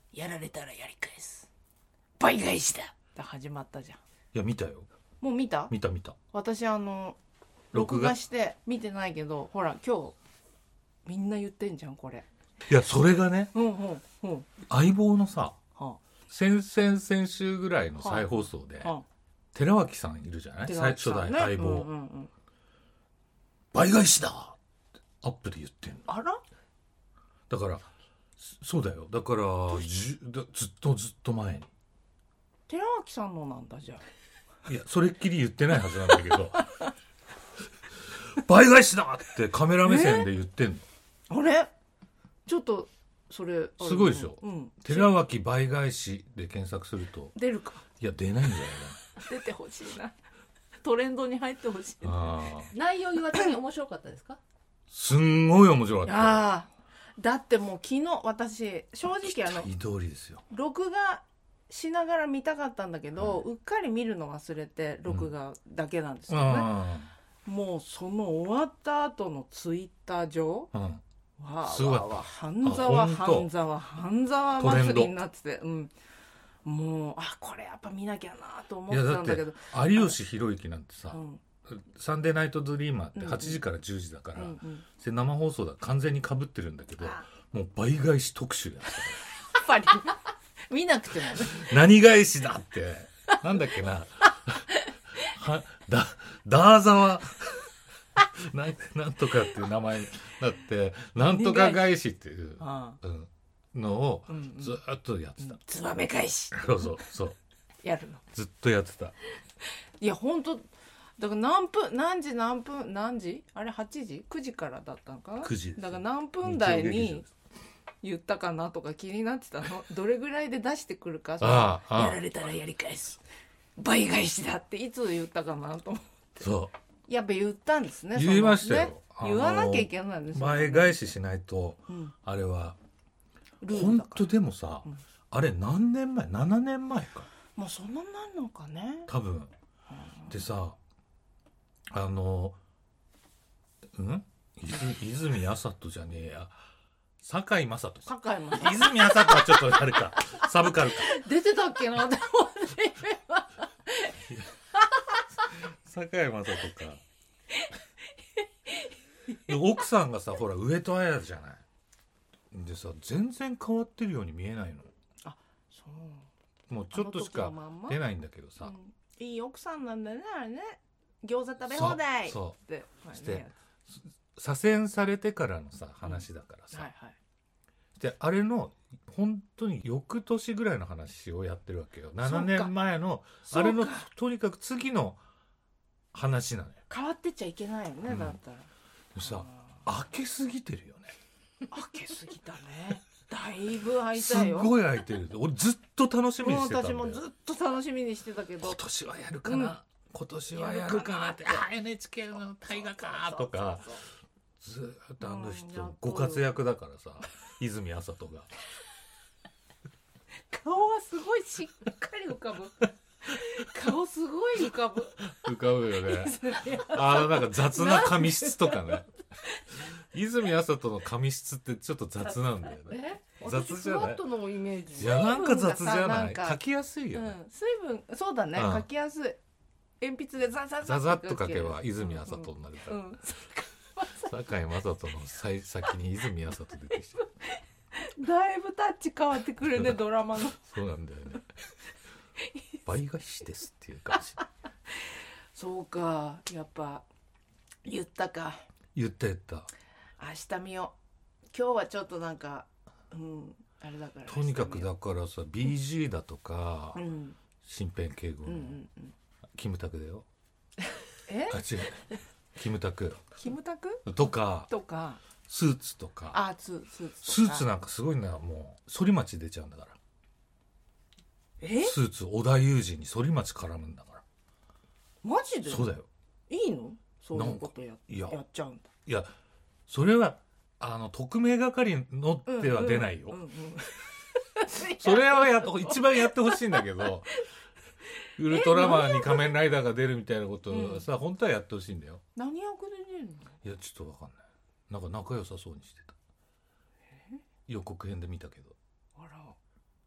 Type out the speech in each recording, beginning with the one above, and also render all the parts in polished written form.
やられたらやり返す倍返しだって始まったじゃん。 いや見たよ。 もう見た？ 見た。 私録画して見てないけど、ほら今日みんな言ってんじゃんこれ。 いやそれがね、相棒のさ、先週ぐらいの再放送で、寺脇さんいるじゃない、初代相棒、倍返しだアップで言ってんの。 あら、 だからそうだよ。だからずっと前に寺脇さんのなんだじゃあ。 いやそれっきり言ってないはずなんだけど倍返しだってカメラ目線で言ってんの。 あれちょっとそれすごいでしょ、寺脇倍返しで検索すると出るか。 いや出ないんだよね出てほしいな、トレンドに入ってほしい。 内容言わずに面白かったですか？ すんごい面白かった。 あだってもう昨日私正直期待通りですよ。 録画しながら見たかったんだけど、うっかり見るの忘れて録画だけなんですよね、もうその終わった後のツイッター上、半沢祭りになってて、もうこれやっぱ見なきゃなと思ってたんだけど。 有吉弘行なんてさ、サンデーナイトドリーマーって8時から10時だから、生放送だ完全に被ってるんだけど、もう倍返し特集やったやっぱり見なくてもね何返しだってなんだっけなダーザワなんとかっていう名前だってなんとか返しっていうのをずっとやってた。 つばめ返しそうやるのずっとやってた。 いや本当だから何時あれ8時9時からだったのかな。 9時だから何分台に言ったかなとか気になってたの。どれぐらいで出してくるか。やられたらやり返す倍返しだっていつ言ったかなと思って。そうやっぱ言ったんですね。 言いましたよ、 言わなきゃいけないんですよ、 倍返ししないと、あれは本当。でもさ、あれ何年前7年前かもうそんなになるのかね多分、でさ泉麻人じゃねえや堺雅人泉麻人はちょっとあれかサブカルか出てたっけなでも堺雅人か奥さんがさほら上戸彩じゃないでさ全然変わってるように見えないの。そうもうちょっとしか出ないんだけどさ、 いい奥さんなんだねあれね。餃子食べ放題ってして左遷されてからのさ話だからさ、であれの本当に翌年ぐらいの話をやってるわけよ。7年前のあれのとにかく次の話なのよ。 変わってっちゃいけないよね、だったらさ開けすぎてるよね。 開けすぎたね。だいぶ開いたよ。 すごい開いてる。俺ずっと楽しみにしてたんだよ。 私もずっと楽しみにしてたけど今年はやるかな、今年はやるかなって、NHK の大河かとかずっとあの人ご活躍だからさ、泉麻人が顔はすごいしっかり浮かぶ顔すごい浮かぶよねなんか雑な髪質とかね泉麻人の髪質ってちょっと雑なんだよね。雑じゃない？ スワットのイメージ。 いやなんか雑じゃない？描きやすいよね、 水分そうだね、描きやすい。鉛筆でザザッと描けば泉麻人になるから、堺雅人の先に泉麻人出てきちゃうだいぶタッチ変わってくるねドラマの。 そうなんだよね倍返しですっていう感じそうか、やっぱ言ったか。 言った明日見よう。今日はちょっとなんかあれだから。 とにかくだからさ BG だとか、身辺警護の、キムタクだよ。違うキムタクとかスーツとか。 スーツなんかすごいな。もう反町出ちゃうんだから。スーツ織田裕二に反町絡むんだから。 マジで？ そうだよ。 いいの？そういうことやっちゃうんだ。 いやそれは特命係のっては出ないよ。それは一番やってほしいんだけどウルトラマンに仮面ライダーが出るみたいなことをさ、本当はやってほしいんだよ。 何役で出るの？ いやちょっと分かんない。なんか仲良さそうにしてた。予告編で見たけど。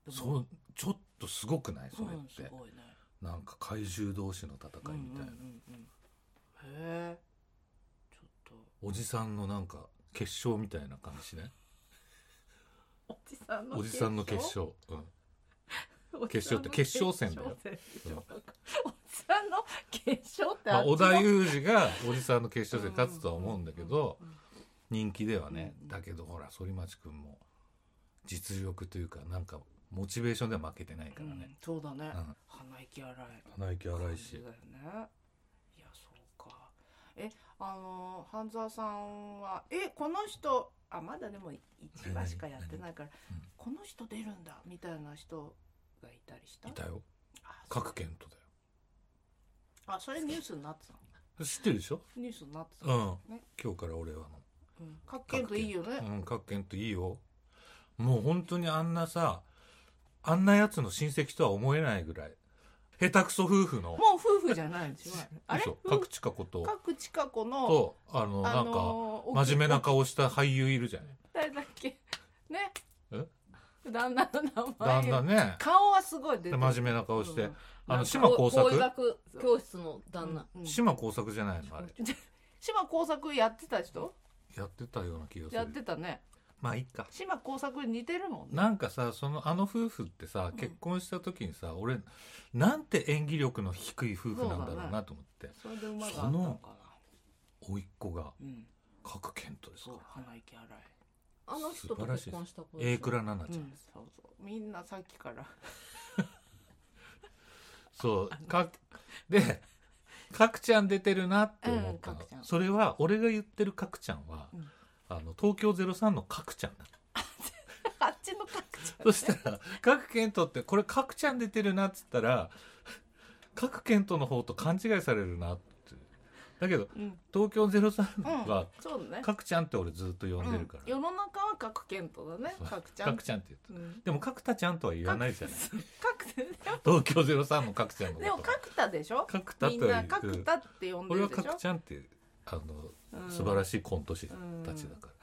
そうちょっとすごくないそれって、 すごいね、 なんか怪獣同士の戦いみたいな、へえちょっとおじさんのなんか決勝みたいな感じねおじさんの決勝、決勝って決勝戦だよ、 おじさんの決勝って織田裕二がおじさんの決勝戦勝つとは思うんだけど、人気ではね、だけどほら反町くんも実力というかなんかモチベーションでは負けてないからね、 そうだね、鼻息荒いしだよね。いやそうか。半沢さんはこの人まだでも1話しかやってないから、この人出るんだみたいな人がいたりした？ いたよ、各県とだよ。それニュースになってたの知ってるでしょ。 ニュースになってた、 今日から俺は各県といいよね。 各県といいよ。もう本当にあんなやつの親戚とは思えないぐらい下手くそ夫婦の、 もう夫婦じゃないんですよあれ角地下子とのなんか真面目な顔した俳優いるじゃない。 誰だっけね、旦那の名前。 旦那ね、 顔はすごい出てる、 真面目な顔して、島耕作、 工学教室の旦那、 島耕作じゃないのあれ島耕作やってた人やってたような気がする。 やってたね。 まあいいか。 島耕作に似てるもんね。 なんかさ、夫婦ってさ、結婚した時にさ、俺なんて演技力の低い夫婦なんだろうなと思って、 それで馬があったのかな。 甥っ子が各県とですから、 鼻息荒い。 あの人と結婚した子榮倉奈々ちゃん、 そうみんなさっきからそうで角ちゃん出てるなって思ったの、それは俺が言ってる角ちゃんは、東京03の角ちゃんだあっちの角ちゃん、そしたら角健人ってこれ角ちゃん出てるなっつったら角健人の方と勘違いされるなって。だけど、東京03は角ちゃんって俺ずっと呼んでるから、 世の中は角健人だね。角ちゃんって言った、でも角田ちゃんとは言わないじゃない東京03の角ちゃんのこと。 でも角田でしょ。 角田とみんな角田って呼んでるでしょ。 俺は角ちゃんって素晴らしいコント師たちだから、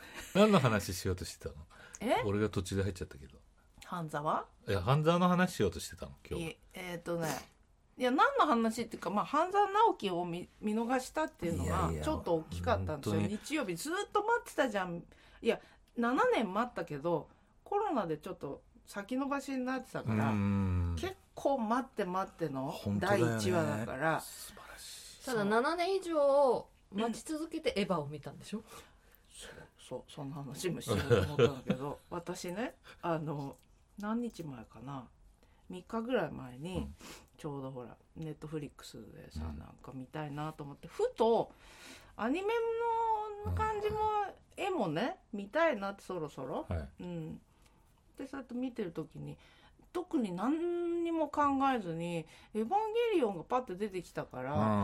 何の話しようとしてたの。俺が途中で入っちゃったけど。 半沢？ いや半沢の話しようとしてたの今日。 いや何の話っていうか、半沢直樹を見逃したっていうのがちょっと大きかったんですよ。日曜日ずっと待ってたじゃん。いや7年待ったけどコロナでちょっと先延ばしになってたから、結構待っての第1話だから、 素晴らしい。 ただ7年以上待ち続けてエヴァを見たんでしょ。 そんな話もしようと思ったんだけど私ね何日前かな、3日ぐらい前に、ちょうどほらネットフリックスでさ、なんか見たいなと思ってふとアニメの感じも、絵もね見たいなってそろそろ、でそうやって見てる時に特に何にも考えずに「エヴァンゲリオン」がパッと出てきたから、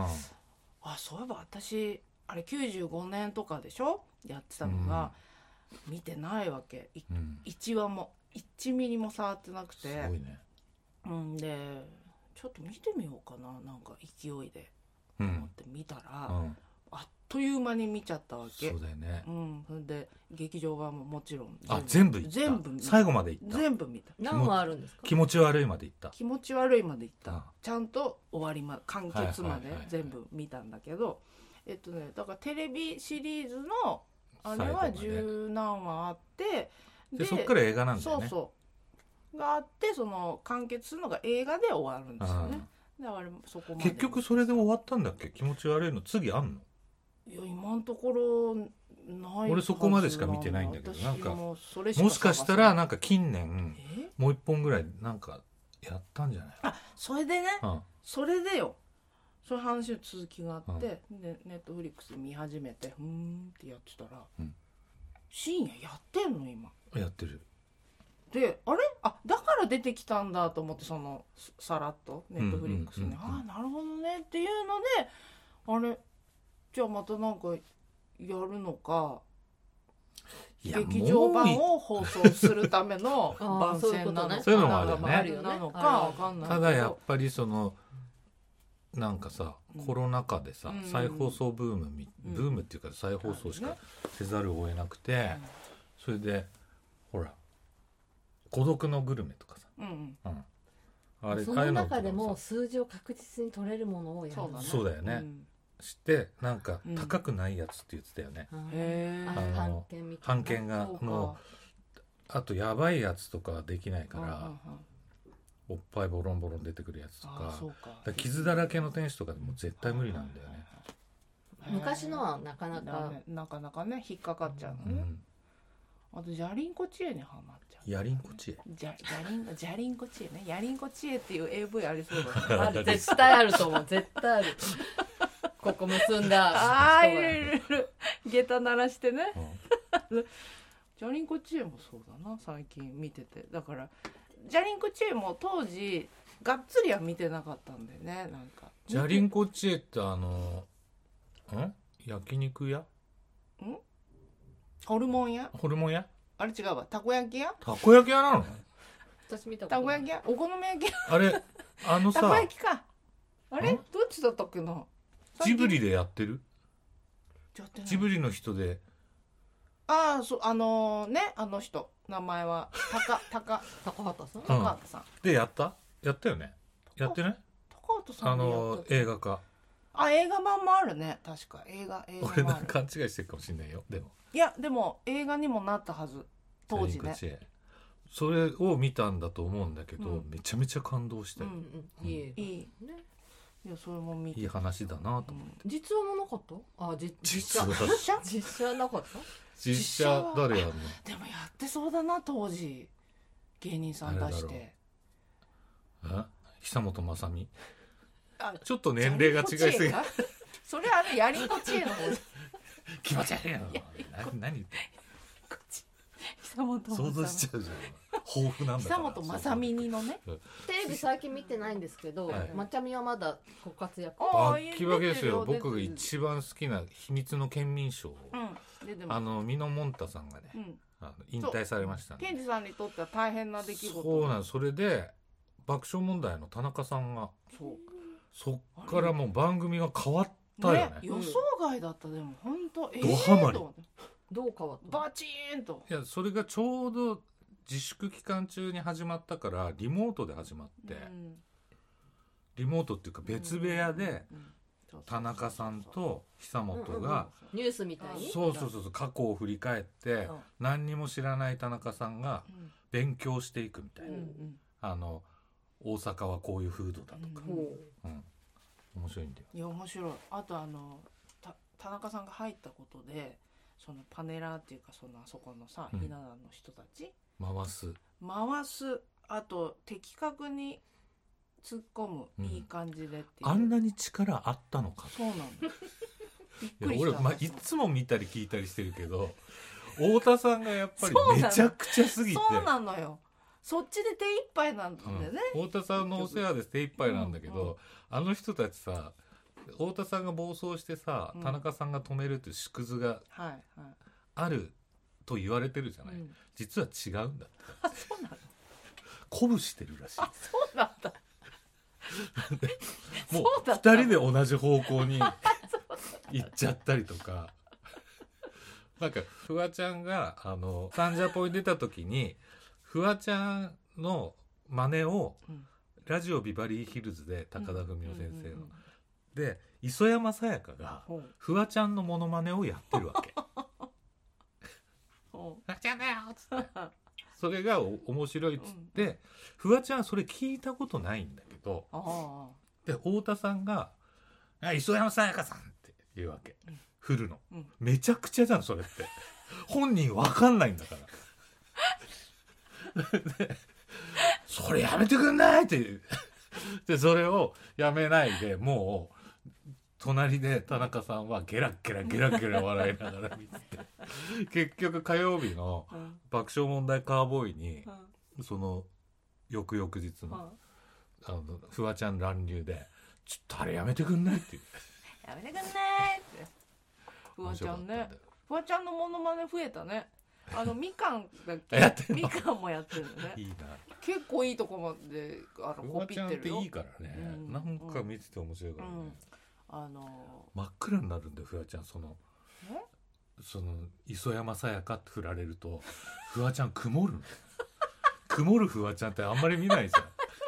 そういえば私あれ95年とかでしょやってたのが、見てないわけ、1話も1ミリも触ってなくて、 すごいね。 でちょっと見てみようかな、なんか勢いでと思って見たら、あっという間に見ちゃったわけ。 そうだよね。 それで劇場版ももちろん全部見た。最後まで行った。 全部見た。 何話あるんですか。 気持ち悪いまで行った。 気持ち悪いまで行った。ちゃんと終わり完結まで全部見たんだけど、だからテレビシリーズのあれは十何話あって、 でそっから映画なんだよね。 があって、その完結するのが映画で終わるんですよね。だからそこまで結局それで終わったんだっけ。気持ち悪いの次あんの。 いや今のところない。 俺そこまでしか見てないんだけど、なんかもしかしたらなんか近年もう一本ぐらいなんかやったんじゃない。 それでね、それでよ、そういう話の続きがあって、でネットフリックスで見始めてってやってたら、深夜やってんの今。 やってる。 であれだから出てきたんだと思って、そのさらっとネットフリックスになるほどねっていうので、あれじゃあまたなんかやるのか、劇場版を放送するための番宣なのか、 そういうのもあるよね。 なのか分かんないけど、 ただやっぱりそのなんかさ、コロナ禍でさ、再放送ブームっていうか再放送しかせざるを得なくて、それでほら孤独のグルメとかさ、 あれその中でも数字を確実に取れるものをやるのね。 そうだよね、してなんか高くないやつって言ってたよね、版権があとやばいやつとかはできないから、おっぱいボロンボロン出てくるやつとか、傷だらけの天使とかでも絶対無理なんだよね。 昔のはなかなかね引っかかっちゃうのね、あとジャリンコ知恵にハマっちゃう。 ヤリンコ知恵、 ジャリンコ知恵ね、ヤリンコ知恵っていう AV ありそうだね絶対あると思う、絶対あるここ結んだいる下駄鳴らしてね、ジャリンコ知恵もそうだな、最近見てて。だからジャリンコ知恵も当時がっつりは見てなかったんでね。なんかジャリンコ知恵って焼肉屋、 ホルモン屋、あれ違うわ、たこ焼き屋なの私見たことたこ焼き屋、お好み焼き屋、 あれさたこ焼きか、あれどっちだったっけな。 ジブリでやってる、 やってない。 ジブリの人で、 そうあの人名前は高畑さん、 でやったよね。やってね、 高畑さんでやった映画化。 映画版もあるね、確か映画俺なんか勘違いしてるかもしれないよ。 でも映画にもなったはず、当時ね。 それを見たんだと思うんだけど、めちゃめちゃ感動したよ。 いいね。いやそれも見ていい話だなと思って。 実話もなかった？実写なかった？ 実写誰やるの？ でもやってそうだな、当時芸人さん出して。 久本雅美。ちょっと年齢が違いすぎる。 それやりこ知恵の方気持ち悪いよ。何言って久本雅美想像しちゃうじゃん。豊富なんだから。 久本雅美にのね。 テレビ最近見てないんですけど、まちゃみはまだご活躍。 バッキバキですよ。僕が一番好きな秘密の県民賞をミノモンタさんがね引退されましたね。 ケンジさんにとっては大変な出来事。 そうなんです。それで爆笑問題の田中さんがそっからもう番組が変わったよね。 予想外だった。でも本当ドハマり。 どう変わった？ バチーンと。 いやそれがちょうど自粛期間中に始まったからリモートで始まって、リモートっていうか別部屋で田中さんと久本がニュースみたいにそう過去を振り返って何にも知らない田中さんが勉強していくみたいな、大阪はこういう風土だとか、面白いんだよ。 いや面白い。あと田中さんが入ったことでそのパネラーっていうかあそこのさ、ひな壇の人たち回す、あと的確に突っ込む、いい感じでっていう。 あんなに力あったのか。 そうなんだ。びっくりした。俺いつも見たり聞いたりしてるけど太田さんがやっぱりめちゃくちゃすぎて。 そうなのよ。そっちで手一杯なんだよね、 太田さんのお世話で手一杯なんだけど、あの人たちさ、太田さんが暴走してさ、田中さんが止めるっていう縮図があると言われてるじゃない、実は違うんだって。 そうなの。 鼓舞してるらしい。 そうなんだ。 もう2人で同じ方向に行っちゃったりとかなんかフワちゃんがサンジャポに出た時にフワちゃんの真似を、ラジオビバリーヒルズで高田文夫先生の、で磯山さやかがフワちゃんのモノマネをやってるわけ。フワちゃんだよっつってそれが面白いっつって、フワちゃんはそれ聞いたことないんだけど、で太田さんが磯山さやかさんって言うわけ、振るの、めちゃくちゃじゃんそれって本人わかんないんだからでそれやめてくんないってでそれをやめないで、もう隣で田中さんはゲラゲラゲラゲラ笑いながら見てて結局火曜日の爆笑問題カーボーイに、その翌々日のフワちゃん乱入でちょっとあれやめてくんないってやめてくんないってフワちゃんね。フワちゃんのモノマネ増えたね。みかんだっけみかんもやってるのね。 いいな。 結構いいとこまでフワちゃんっていいからね、なんか見てて面白いからね、真っ暗になるんだよフワちゃん。その磯山さやかって振られるとフワちゃん曇るの曇るフワちゃんってあんまり見ないじゃん。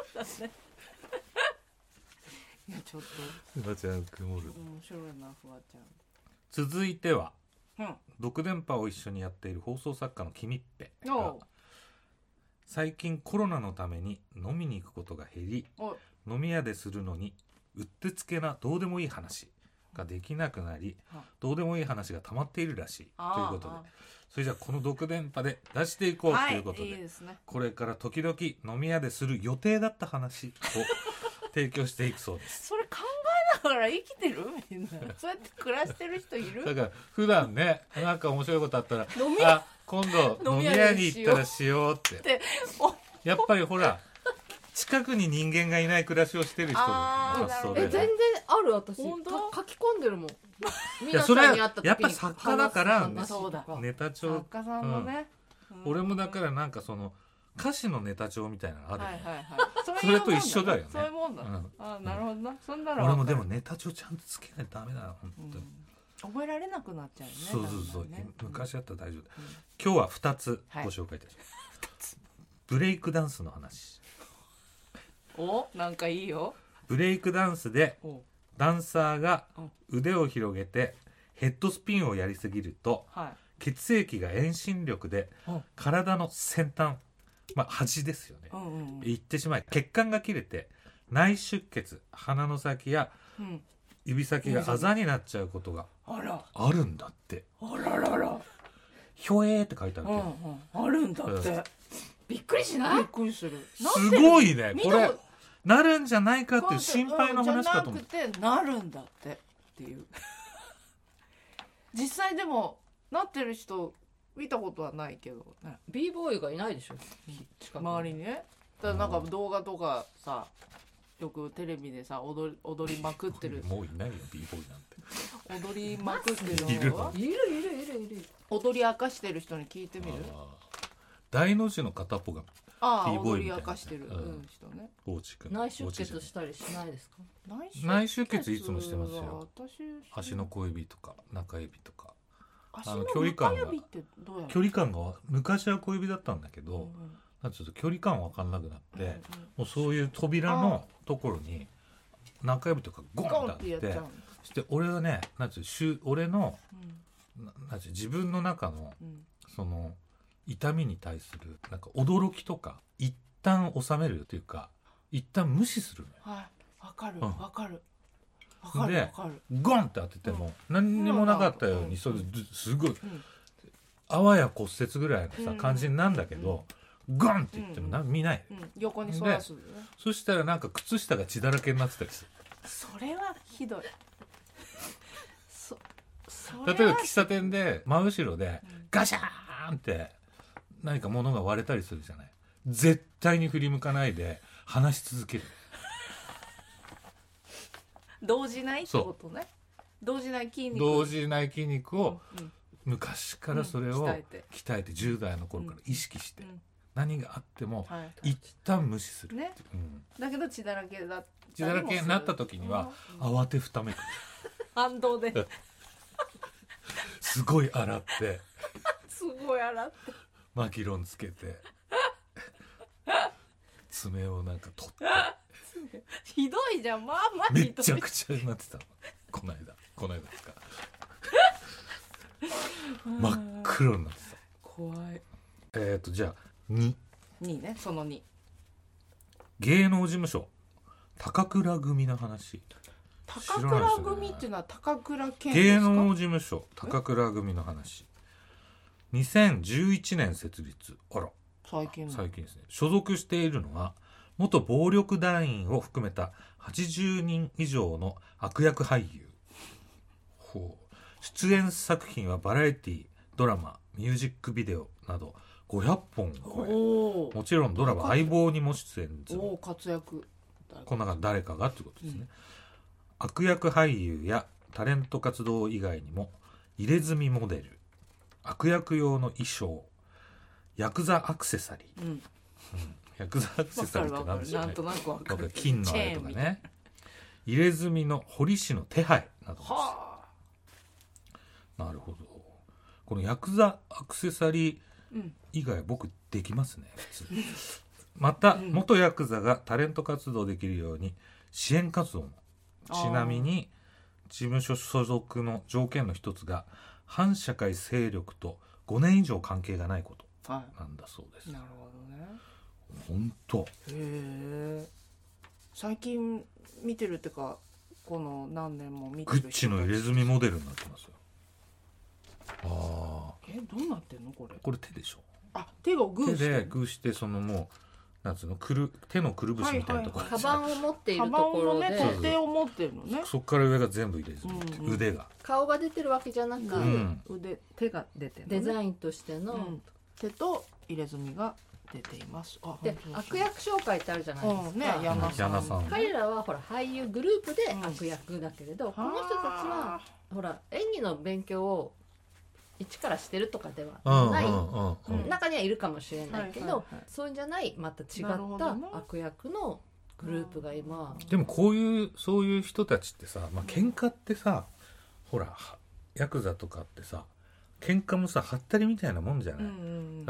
いやちょっとフワちゃん曇る。 面白いなフワち続いては、 ゃん。 独電波を一緒にやっている放送作家のキミッペがおう最近コロナのために飲みに行くことが減り、 おい飲み屋でするのにうってつけなどうでもいい話ができなくなり、どうでもいい話が溜まっているらしいということで、それじゃあこの独電波で出していこうということで、 いいですね。 これから時々飲み屋でする予定だった話を提供していくそうですそれ考えながら生きてるみんなそうやって暮らしてる人いるだから普段ね、なんか面白いことあったら飲みあ今度飲み屋に行ったらしようってやっぱりほら近くに人間がいない暮らしをしてる人の発想で、 全然ある。私本当書き込んでるもん。 いやそれはやっぱ作家だから話すそうだネタ帳作家さんのね、 俺もだからなんかその歌詞のネタ帳みたいなのあるよね、 はいはいはいそれと一緒だよねそういうもんだ、あなるほどな、そんなの俺もでもネタ帳ちゃんとつけないとダメだな本当に、 覚えられなくなっちゃうよね。 そうそうそう、 だんだんね昔あったら大丈夫、今日は2つご紹介いたします、ブレイクダンスの話。 おなんかいいよ。 ブレイクダンスでおダンサーが腕を広げてヘッドスピンをやりすぎるとはい血液が遠心力で体の先端、端ですよね、行ってしまい血管が切れて内出血、鼻の先や指先があざになっちゃうことがあるんだって。 あらららひょえーって書いてあるけど、 あるんだってびっくりしない？ びっくりする。 すごいねこれ。なるんじゃないかっていう心配の話かと思って、 じゃなくてなるんだっていう実際でもなってる人見たことはないけどね、 B ボーイがいないでしょ周りにね。だからなんか動画とかさ、よくテレビでさ踊りまくってるもういないよ B ボーイなんて。 踊りまくってるいるのいる踊り明かしてる人に聞いてみる。 大の字の片っぽがああ B ボー踊りイみたいな明かしてる人ね。 大地君内出血したりしないですか？ 内出血いつもしてますよ。 私足の小指とか中指とか、 足の中指ってどうやる？ 距離感が昔は小指だったんだけど、なんかちょっと距離感分かんなくなって、もうそういう扉のところに中指とかゴンってあって、そして俺はね、なんていう俺の、なんていう自分の中の、その痛みに対するなんか驚きとか一旦収めるというか一旦無視するのよ。 はい、わかるわかる。 でゴンって当てても何にもなかったように、それすごいあわや骨折ぐらいのさ感じなんだけど、ゴンって言っても見ない、 横にそらす。 そしたらなんか靴下が血だらけになってたりする。 それはひどい。 例えば喫茶店で真後ろでガシャーンって何か物が割れたりするじゃない。絶対に振り向かないで話し続ける。 動じないってことね。動じない筋肉を昔からそれを鍛えて10代の頃から意識して、何があっても一旦無視するっていう、 だけど血だらけになった時には慌てふためく。 反動ですごい洗ってマキロンつけて爪をなんか取ってひどいじゃん。まあまあめちゃくちゃになってたの。この間ですか真っ黒になってた。 怖い。 じゃあ2 ね、その2。 芸能事務所高倉組の話。 高倉組っていうのは高倉健ですか？ 芸能事務所高倉組の話。2011年設立。あら最近ですね。所属しているのは元暴力団員を含めた80人以上の悪役俳優。出演作品はバラエティ、ドラマ、ミュージックビデオなど500本を超え、もちろんドラマ相棒にも出演。 活躍。 この中誰かがってことですね、悪役俳優やタレント活動以外にも入れ墨モデル、悪役用の衣装、ヤクザアクセサリー、ヤクザアクセサリーって何でしょうね。 なんとなくわかる。 金のあれとかね、入れ墨の彫り師の手配などです。なるほど。このヤクザアクセサリー以外僕できますね普通また元ヤクザがタレント活動できるように支援活動も。ちなみに事務所所属の条件の一つが反社会勢力と5年以上関係がないことなんだそうです。 なるほどね。 本当。 へえ。最近見てるってかこの何年も見てる人グッチの入れ墨モデルになってますよ。 どうなってんのこれ。 これ手でしょ。 あ、手をグーして手でグーしてそのもうなんつうの手のくるぶしみたいなところ、 カバンを持っているところで、 カバンのね取っ手を持ってるのね。 そっから上が全部入れ墨、腕が顔が出てるわけじゃなく、 手が出てる、 デザインとしての、 手と入れ墨が出ています。 で悪役紹介ってあるじゃないですか、 ね、矢野さん。 彼らはほら俳優グループで悪役だけれど、この人たちはほら演技の勉強を一からしてるとかではない、中にはいるかもしれないけど、そういうんじゃないまた違った悪役のグループが今。 でもそういう人たちってさ、まあ喧嘩ってさ、ほらヤクザとかってさ喧嘩もさはったりみたいなもんじゃない、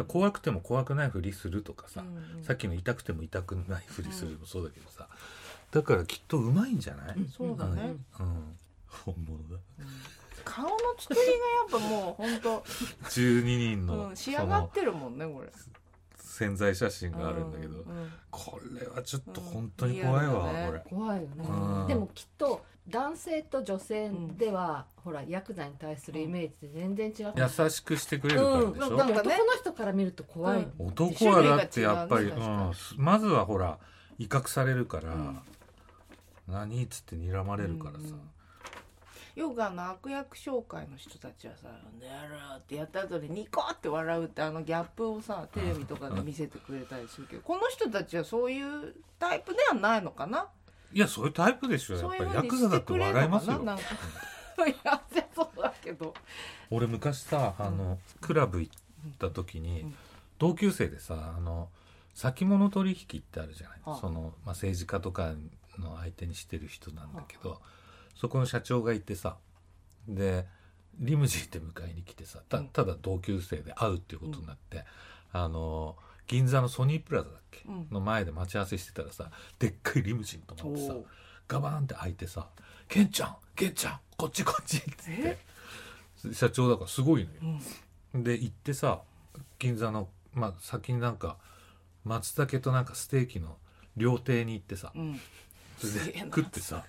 怖くても怖くないふりするとかさ、さっきの痛くても痛くないふりするもそうだけどさ、だからきっとうまいんじゃない、 そうだね、 本物だ、 顔の作りがやっぱもう本当 12人の、 仕上がってるもんねこれ。 潜在写真があるんだけど、これはちょっと本当に怖いわ、これ怖いよね、でもきっと男性と女性では、ほらヤクザに対するイメージで全然違う、 優しくしてくれるからでしょ、 でも男の人から見ると怖い、 男はだってやっぱり、まずはほら威嚇されるから、何っつって睨まれるからさ、 よく悪役紹介の人たちはさ「ねやろ」ってやった後にニコって笑うってギャップをさテレビとかで見せてくれたりするけど、この人たちはそういうタイプではないのかな。 いやそういうタイプでしょ、やっぱりヤクザだって笑いますよ。 なんかいやそうだけど、 俺昔さクラブ行った時に、同級生でさ先物取引ってあるじゃない、政治家とかの相手にしてる人なんだけど、そこの社長がいてさ、でリムジンで迎えに来てさ、ただ同級生で会うっていうことになって、銀座のソニープラザだっけ、の前で待ち合わせしてたらさ、でっかいリムジンと思ってさガバーンって開いてさ「ケンちゃんこっちこっち」っつって社長だからすごいのよ、で行ってさ銀座の、先になんか松茸となんかステーキの料亭に行ってさ、それで食ってさ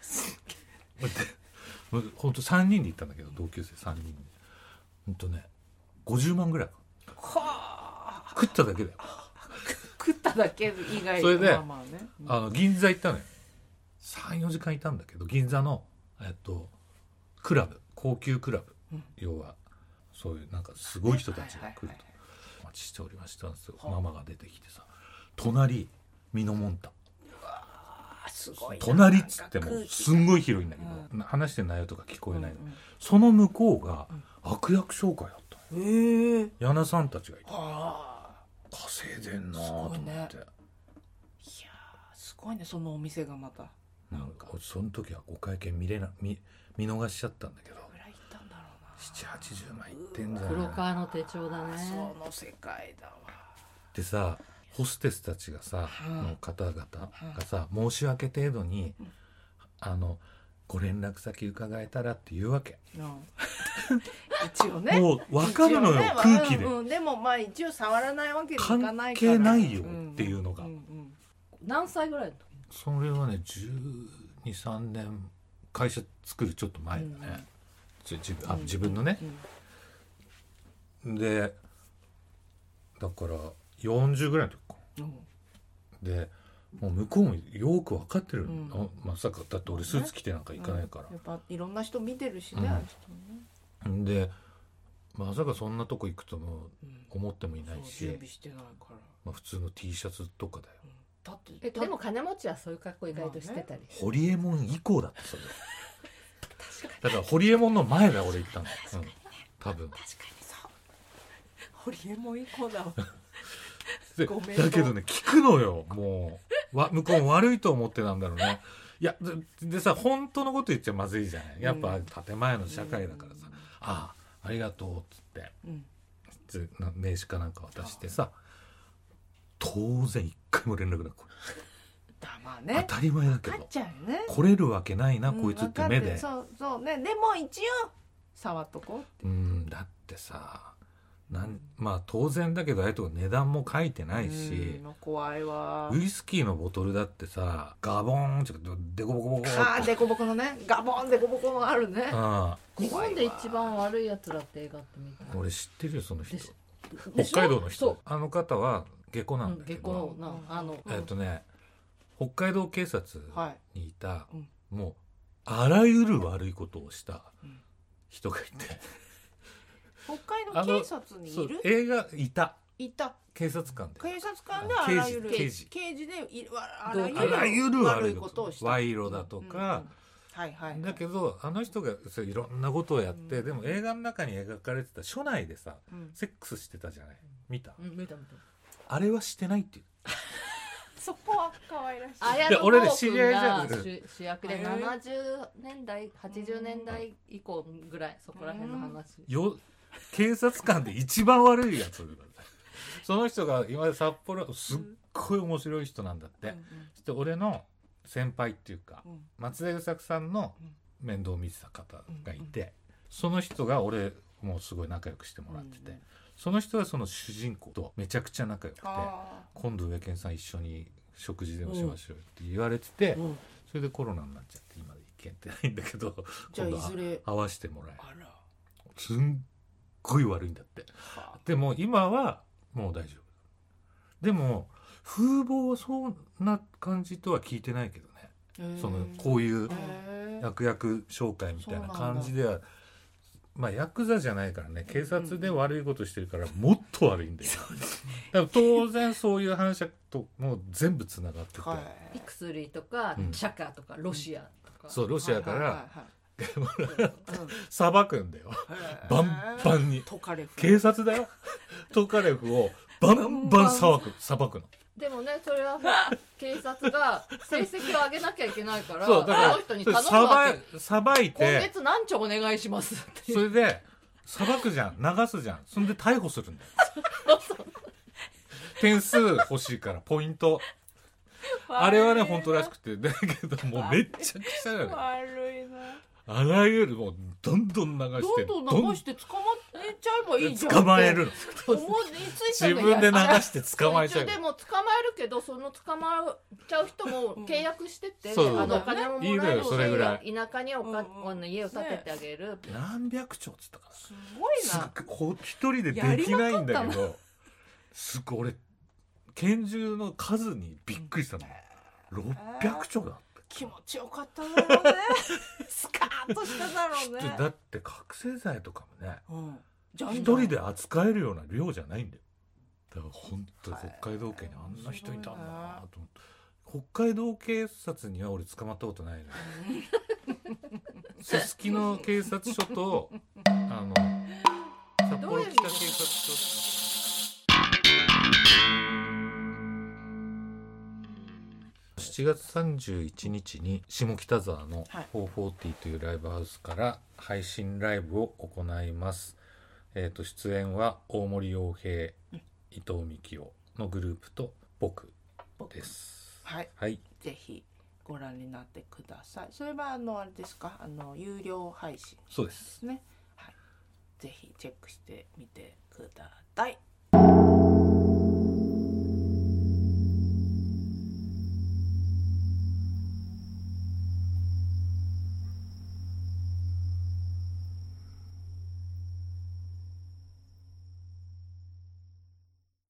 ほんと3人で行ったんだけど、同級生3人でほんとね50万ぐらい食っただけだよ。 食っただけ以外。 それで、銀座行ったのよ。 3,4 時間いたんだけど、銀座のクラブ、高級クラブ、要はそういうなんかすごい人たちが来ると、お待ちしておりましたんですよ。ママが出てきてさ、隣ミノモンタ、 すごい隣っつってもすんごい広いんだけど、話してる内容とか聞こえないの、その向こうが悪役紹介だったの、矢野さんたちがいて、稼いでんなと思って、いやすごいね、そのお店がまたなんかその時はお会計見逃しちゃったんだけど、7,80万いってんじゃない。 黒川の手帳だね。 その世界だわ。 でさ、ホステスたちがさ、の方々がさ、申し訳程度にご連絡先伺えたらって言うわけ、 一応ね、 もう分かるのよ、空気で、 でも一応触らないわけにいかないから関係ないよっていうのが、 何歳ぐらいの時？ それはね12、3年会社作るちょっと前だね、自分のね、でだから40ぐらいの時か、でもう向こうもよく分かってる、まさかだって俺スーツ着てなんか行かないから、 やっぱいろんな人見てるしね、 でまさかそんなとこ行くとも思ってもいないし、 準備してないから、 普通の T シャツとかだよ。 だってでも金持ちはそういう格好意外としてたり、 ホリエモン以降だってそれだからホリエモンの前だ俺行ったの、多分。 確かにそう、ホリエモン以降だわだけどね聞くのよ、もう向こうも悪いと思ってなんだろうね。いやでさ、本当のこと言っちゃまずいじゃない、やっぱ建前の社会だからさ、ありがとうっつって、 名刺かなんか渡してさ、当然一回も連絡なく、 まあね、 当たり前だけど分かっちゃうよね、 来れるわけないな、こいつって目で、 そうそうね、でも一応触っとこうって、 だってさ、まあ当然だけどああいうとこ値段も書いてないし、 怖いわ。 ウイスキーのボトルだってさ、ガボーンってデコボコボコデコボコのね、ガボンデコボコのあるね。 日本で一番悪いやつらって映画って見た。 俺知ってるよ、その人。北海道の人。あの方は下戸なんだけど、北海道警察にいた、もうあらゆる悪いことをした人がいて、 北海道警察にいる？ 映画いた警察官であらゆる刑事であらゆる悪いことをした、 賄賂だとか、だけどあの人がいろんなことをやって、でも映画の中に描かれてた署内でさ、セックスしてたじゃない、見た？あれはしてないっていう。 そこは可愛らしい。 綾野剛君が主役で70年代80年代以降ぐらい、そこら辺の話警察官で一番悪いやつその人が今札幌すっごい面白い人なんだって、そして俺の先輩っていうか、松田優作さんの面倒を見てた方がいて、その人が俺もうすごい仲良くしてもらってて、その人はその主人公とめちゃくちゃ仲良くて、今度植健さん一緒に食事でもしましょうって言われてて、それでコロナになっちゃって今で行けてないんだけど、 じゃあいずれ会わせてもらえる。すんごい悪いんだって。でも今はもう大丈夫。でも風貌はそんな感じとは聞いてないけどね、こういう役紹介みたいな感じでは、まあヤクザじゃないからね、警察で悪いことしてるからもっと悪いんだよ。だから当然そういう話ともう全部つながってて、 薬とかチャカとかロシアとか、 そうロシアから裁くんだよ、バンバンに。警察だよ、トカレフをバンバン裁くの。 でもね、それは警察が成績を上げなきゃいけないから、 そうだからその人に頼むわけ。 裁いて今月何丁お願いしますって。 それで裁くじゃん、流すじゃん、そんで逮捕するんだよ点数欲しいからポイントあれはね本当らしくて、だけどもうめっちゃくちゃだよね、 悪いな。 あらゆるもうどんどん流してどんどん流して捕まえちゃえばいいじゃん。 捕まえるの自分で流して捕まえちゃう。 でも捕まえるけど、その捕まっちゃう人も契約してて、お金ももらえるし、 いいのよそれぐらい。 田舎に家を建ててあげる。 何百兆っつったから。 すごいな。 一人でできないんだけど、すごい俺拳銃の数にびっくりしたの。600兆だ。 気持ちよかっただろうねスカーッとしただろうね。 だって覚醒剤とかもね、一人で扱えるような量じゃないんだよ。だから本当に北海道警にあんな人いたんだなと思って。北海道警察には俺捕まったことないのよすすきの警察署と札幌北警察署。7月31日に下北沢の440というライブハウスから配信ライブを行います。出演は大森洋平、伊藤美希夫のグループと僕です。 はい、ぜひご覧になってください。それはあれですか、有料配信ですね。 そうです。 はい、ぜひチェックしてみてください。